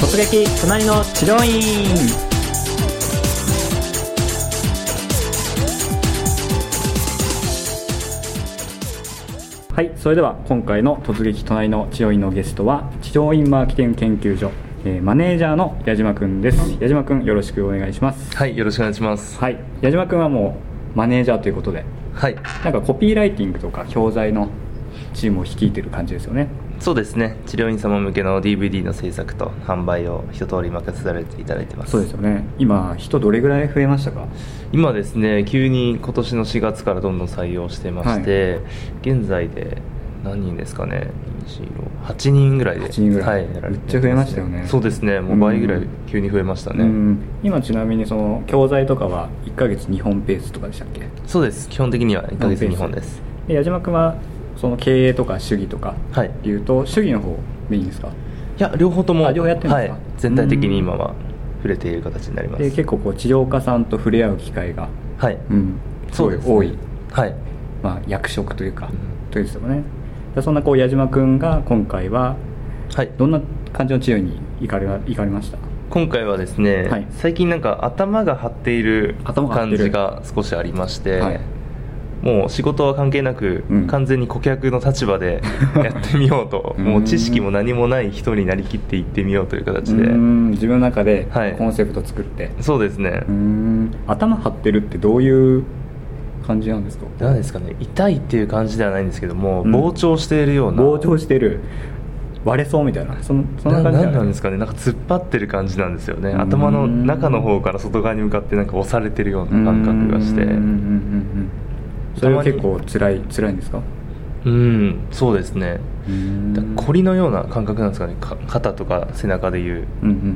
突撃隣の治療院。はい、それでは今回の突撃隣の治療院のゲストは治療院マーケティング研究所、マネージャーの矢島くんです。矢島くん、よろしくお願いします。 はい、よろしくお願いします。 はい、矢島くんはもうマネージャーということで、 はい、 なんかコピーライティングとか教材のチームを率いてる感じですよね。 そうですね、治療院様向けの DVD の制作と販売を一通り任せられていただいてます。 そうですよね。今人どれぐらい増えましたか？ 今ですね、急に今年の4月からどんどん採用してまして、はい、現在で何人ですかね、8人ぐらいで。 8人ぐらい、 はい、 めっちゃ増えましたよね。 そうですね、もう倍ぐらい急に増えましたね。 今ちなみにその教材とかは1ヶ月2本ペースとかでしたっけ？ そうです、基本的には1ヶ月2本です。 で、矢島君はその経営とか主義とかいうと、はい、主義の方メインですか？ いや、両方とも。 両方やってるんですか？ はい、全体的に今は触れている形になります。 で、結構こう治療家さんと触れ合う機会が、 はい、 すごい多い、 はい、 役職というか、というですよね。そんなこう矢島君が今回はどんな感じの治療に行かれました？ 今回はですね、 はい、 最近なんか頭が張っている感じが少しありまして、はい、もう仕事は関係なく、完全に顧客の立場でやってみようともう知識も何もない人になりきっていってみようという形で、 自分の中でコンセプト作って、 そうですね。 頭張ってるってどういう感じなんですか？ 何ですかね、痛いっていう感じではないんですけども、膨張しているような、 膨張してる、割れそうみたいな、そんな感じなんですかね、なんか突っ張ってる感じなんですよね。頭の中の方から外側に向かってなんか押されてるような感覚がして、 それは結構辛いんですか？ そうですね。こりのような感覚なんですかね、肩とか背中でいう。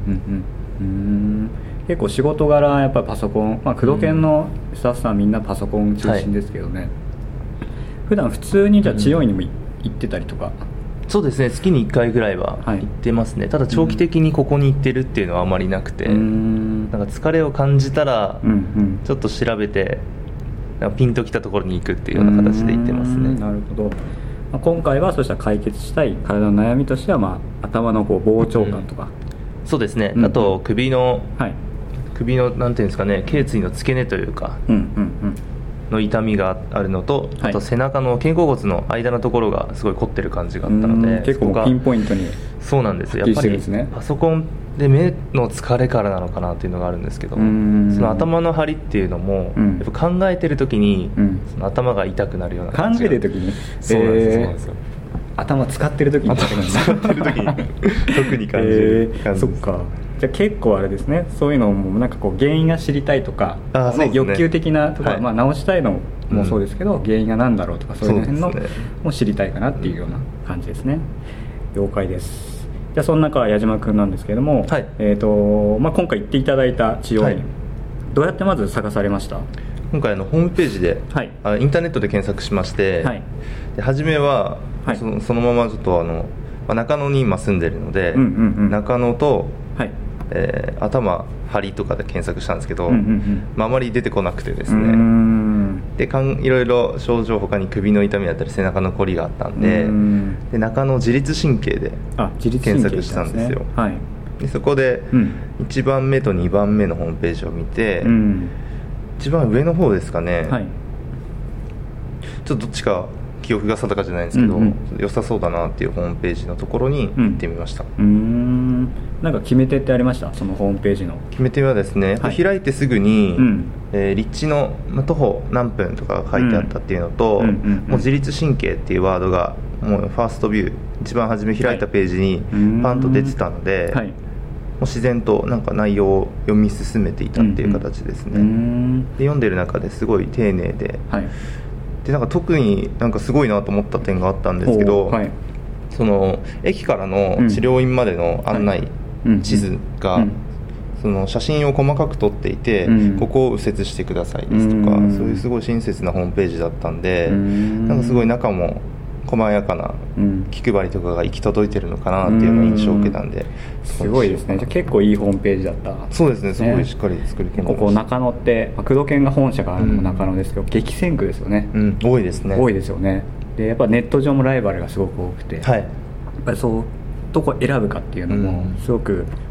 結構仕事柄やっぱりパソコン、工藤研のスタッフさんみんなパソコン中心ですけどね、はい、普段普通にじゃあ治療院にも行ってたりとか？ そうですね、月に1回ぐらいは行ってますね、はい、ただ長期的にここに行ってるっていうのはあまりなくて、なんか疲れを感じたらちょっと調べてピンときたところに行くっていうような形で行ってますね。 なるほど。今回はそうした解決したい体の悩みとしては、頭のこう膨張感とか、 そうですね、あと首のなんていうんですかね、頸椎の付け根というか、の痛みがあるのと、あと背中の肩甲骨の間のところがすごい凝ってる感じがあったので、 結構ピンポイントに。 そうなんです、やっぱりパソコンで目の疲れからなのかなっていうのがあるんですけど、その頭の張りっていうのも、やっぱ考えてる時に、その頭が痛くなるような感じが。 考えてる時に？ そうなんですよ。 頭使ってる時に特に感じる感じです。 そっか。じゃあ結構あれですね、そういうのもなんかこう原因が知りたいとか、欲求的なとか、直したいのもそうですけど、原因が何だろうとか、そういう辺のも知りたいかなっていうような感じですね。了解です。じゃあその中矢島君なんですけれども、はい、今回行っていただいた治療院、どうやってまず探されました？ 今回ホームページで、インターネットで検索しまして、で初めは、そのままちょっと中野に今住んでるので、中野と、頭張りとかで検索したんですけど、あまり出てこなくてですね、でいろいろ症状、他に首の痛みだったり背中のこりがあったんで、中野自律神経で検索したんですよ。でそこで1番目と2番目のホームページを見て、一番上の方ですかね、ちょっとどっちか記憶が定かじゃないんですけど、良さそうだなっていうホームページのところに行ってみました。 なんか決め手ってありました？そのホームページの決め手はですね、開いてすぐに、立地の徒歩何分とか書いてあったっていうのと、もう自律神経っていうワードがもうファーストビュー一番初め開いたページにパンと出てたので、もう自然となんか内容を読み進めていたっていう形ですね。で読んでる中ですごい丁寧で、でなんか特になんかすごいなと思った点があったんですけど、その駅からの治療院までの案内、地図が、その写真を細かく撮っていて、ここを右折してくださいですとか、そういうすごい親切なホームページだったんで、なんかすごい中も細やかな気配りとかが行き届いてるのかなっていうような印象を受けたんで、 すごいですね。じゃあ結構いいホームページだった。 そうですね、すごいしっかり作り込んでました。 ここ中野って工藤研が本社があるのも中野ですけど、激戦区ですよね。 多いですね。 多いですよね。でやっぱネット上もライバルがすごく多くて、やっぱりそうどこ選ぶかっていうのもすごく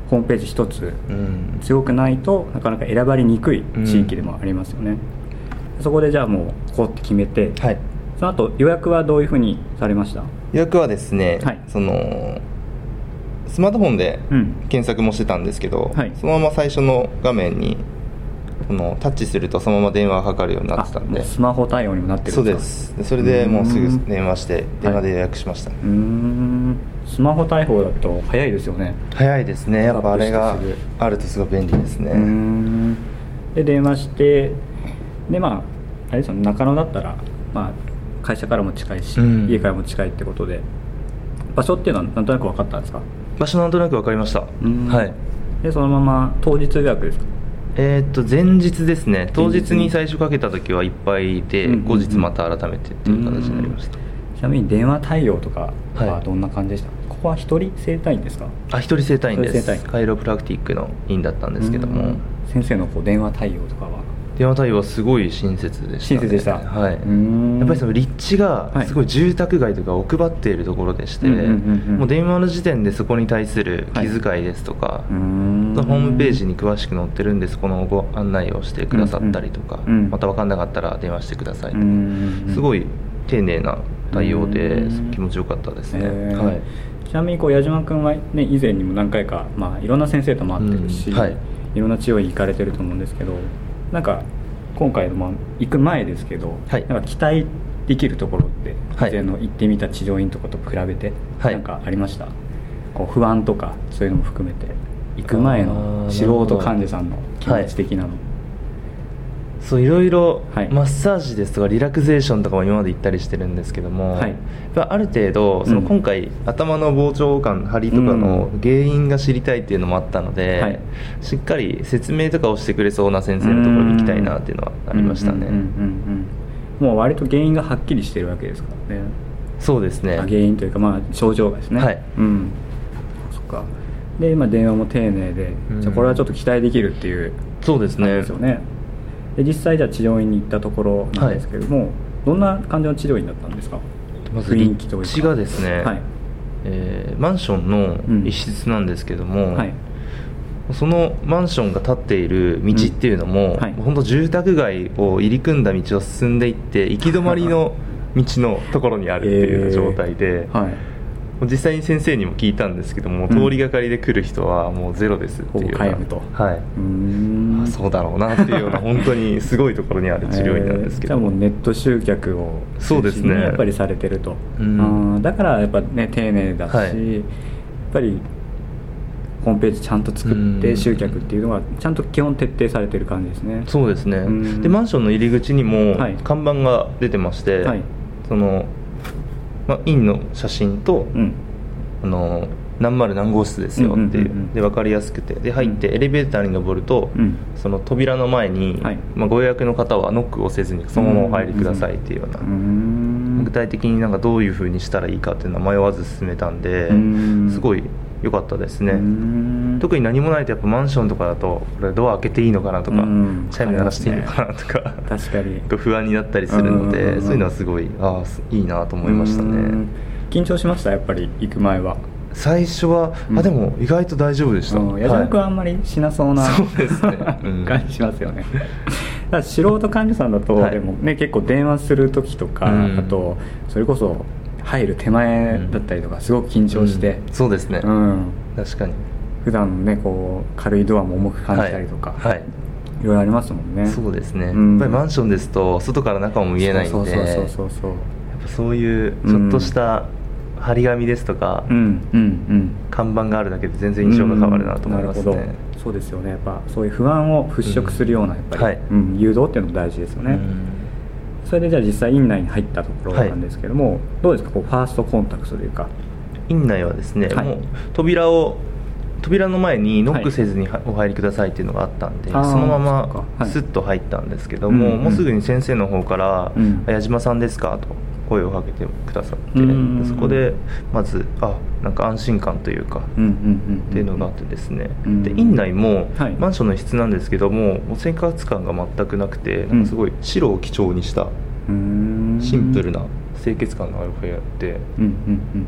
ホームページ一つ強くないとなかなか選ばれにくい地域でもありますよね、そこでじゃあもうこうって決めて、はい、その後予約はどういうふうにされました？ 予約はですね、はい、そのスマートフォンで検索もしてたんですけど、はい、そのまま最初の画面にタッチするとそのまま電話がかかるようになってたんで、 スマホ対応にもなってるんですか？そうです。それでもうすぐ電話して電話で予約しました、はい、 スマホ対応だと早いですよね。 早いですね。やっぱあれがあるとすごい便利ですね。 で電話してであれですよね、中野だったら、会社からも近いし、家からも近いってことで場所っていうのはなんとなく分かったんですか？ 場所なんとなく分かりました。はい。 でそのまま当日予約ですか？ 前日ですね。当日に最初かけた時はいっぱいで、後日また改めてっていう形になりました。 ちなみに電話対応とかはどんな感じでした？ここは一人整体院ですか？ 一人整体院です。カイロプラクティックの院だったんですけども、 先生の電話対応とかは？ 電話対応はすごい親切でしたね。 親切でした。 はい。やっぱりその立地がすごい住宅街とか奥ばっているところでして、もう電話の時点でそこに対する気遣いですとか、ホームページに詳しく載ってるんでそこのご案内をしてくださったりとか、また分かんなかったら電話してくださいとか、すごい丁寧な対応で気持ちよかったですね。はい。 ちなみに矢島君はね、以前にも何回かいろんな先生とも会ってるし、いろんな地方に行かれてると思うんですけど、なんか今回の行く前ですけど、なんか期待できるところって以前の行ってみた治療院とかと比べてなんかありました？こう不安とかそういうのも含めて行く前の素人患者さんの気持ち的なの、 そういろいろマッサージですとかリラクゼーションとかも今まで行ったりしてるんですけども、やっぱある程度その今回、頭の膨張感張りとかの原因が知りたいっていうのもあったので、しっかり説明とかをしてくれそうな先生のところに行きたいなっていうのはありましたね。 もう割と原因がはっきりしてるわけですからね。 そうですね。 原因というか症状がですね。はい。そっか。で電話も丁寧で、じゃあこれはちょっと期待できるっていうそうですね。 ですよね。で実際じゃあ治療院に行ったところなんですけれども、どんな感じの治療院だったんですか？ まず立地がですね、マンションの一室なんですけども、そのマンションが建っている道っていうのも、本当住宅街を入り組んだ道を進んでいって行き止まりの道のところにあるっていうような状態で、実際に先生にも聞いたんですけども、通りがかりで来る人はもうゼロですっていうような、そうだろうなっていうような本当にすごいところにある治療院なんですけど、 じゃあもうネット集客を中心にやっぱりされてると、だからやっぱね丁寧だし、やっぱりホームページちゃんと作って集客っていうのはちゃんと基本徹底されてる感じですね。 そうですね。でマンションの入り口にも看板が出てまして、その院の写真と、何丸何号室ですよっていう、で分かりやすくて、で入ってエレベーターに登ると、その扉の前に、ご予約の方はノックをせずにそのままお入りくださいっていうような、具体的になんかどういう風にしたらいいかっていうのは迷わず進めたんで、すごい良かったですね。特に何もないとやっぱマンションとかだとこれドア開けていいのかなとか、チャイム鳴らしていいのかなとか、確かに不安になったりするので、そういうのはすごいいいなと思いましたね。 緊張しました？やっぱり行く前は。 最初は、でも意外と大丈夫でした。 矢島君はあんまりしなそうな、 そうですね、 感じしますよね。だから素人患者さんだと、でもね、結構電話する時とか、あとそれこそ入る手前だったりとかすごく緊張して、 そうですね、確かに普段ねこう軽いドアも重く感じたりとか、いろいろありますもんね。 そうですね、やっぱりマンションですと外から中も見えないんで、やっぱそういうちょっとした張り紙ですとか、看板があるだけで全然印象が変わるなと思いますね。 そうですよね。やっぱそういう不安を払拭するようなやっぱり、誘導っていうのも大事ですよね。それでじゃあ実際院内に入ったところなんですけども、どうですかこうファーストコンタクトというか。 院内はですね、もう扉の前にノックせずにお入りくださいっていうのがあったんで、そのままスッと入ったんですけども、もうすぐに先生の方から「矢島さんですか?」と声をかけてくださって、そこでまずなんか安心感というかっていうのがあってですね、で院内もマンションの一室なんですけども、生活感が全くなくて、なんかすごい白を基調にしたシンプルな清潔感のある部屋で、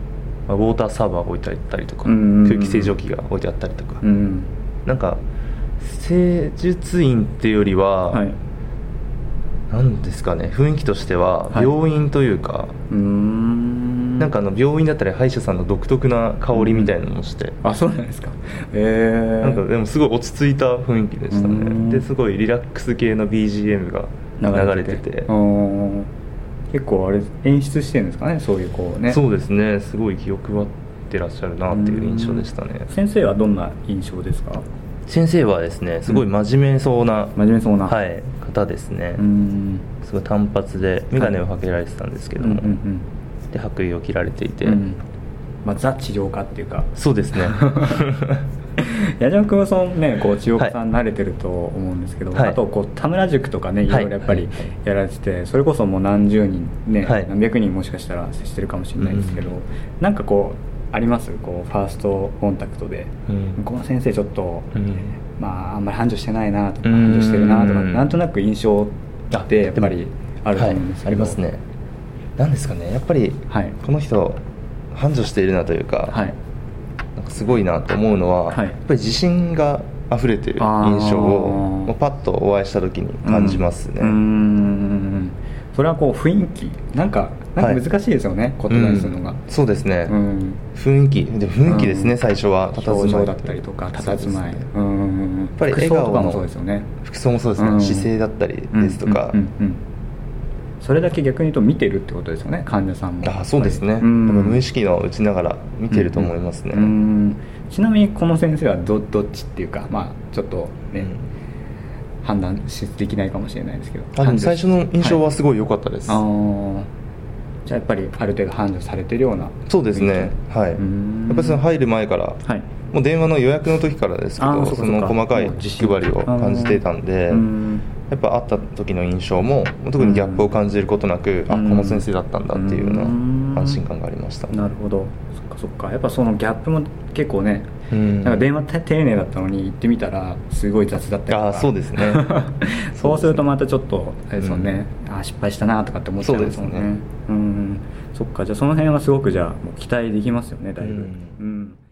ウォーターサーバー置いてあったりとか、空気清浄機が置いてあったりとか、なんか施術院っていうよりは、はい、なんですかね、雰囲気としては病院というか、なんか病院だったら歯医者さんの独特な香りみたいなのもして、 あ、そうなんですか。 なんかでもすごい落ち着いた雰囲気でしたね。ですごいリラックス系の BGM が流れてて、 結構あれ演出してるんですかね、そういうこうね。 そうですね、すごい気を配ってらっしゃるなっていう印象でしたね。 先生はどんな印象ですか？ 先生はですね、すごい真面目そうな、はい、方ですね。すごい単発で眼鏡をかけられてたんですけども、で白衣を着られていて、 ザ治療家っていうか。 そうですね。 矢島君はそのね、こう治療家さん慣れてると思うんですけど、あとこう田村塾とかね、いろいろやっぱりやられてて、それこそもう何十人ね、何百人もしかしたら接してるかもしれないですけど、なんかこうあります？こうファーストコンタクトで、この先生ちょっと、あんまり繁盛してないなとか、繁盛してるなとか、なんとなく印象ってやっぱりあると思うんですけど、 ありますね。なんですかね、やっぱりこの人繁盛しているなというか、なんかすごいなと思うのは、やっぱり自信があふれてる印象をパッとお会いした時に感じますね。 それはこう雰囲気なんか難しいですよね、言葉にするのが。 そうですね、雰囲気ですね。最初は表情だったりとか佇まい、やっぱり笑顔の服装とかもそうですよね。 服装もそうですね、姿勢だったりですとか、 それだけ逆に言うと見てるってことですよね、患者さんも。 そうですね、無意識のうちながら見てると思いますね。 ちなみにこの先生はどっちっていうか、ちょっとね、判断できないかもしれないですけど、 でも最初の印象はすごい良かったです。 じゃあやっぱりある程度繁盛されてるような。 そうですね、はい。やっぱりその入る前から、もう電話の予約の時からですけど、その細かい気配りを感じていたんで、やっぱ会った時の印象も特にギャップを感じることなく、この先生だったんだっていうような安心感がありました。 なるほど、そっか。やっぱそのギャップも結構ね、なんか電話丁寧だったのに行ってみたらすごい雑だったりとか。 そうですね。 そうするとまたちょっとあれですよね、失敗したなとかって思っちゃうんですもんね。そっか、じゃあその辺はすごくじゃあもう期待できますよね、だいぶ。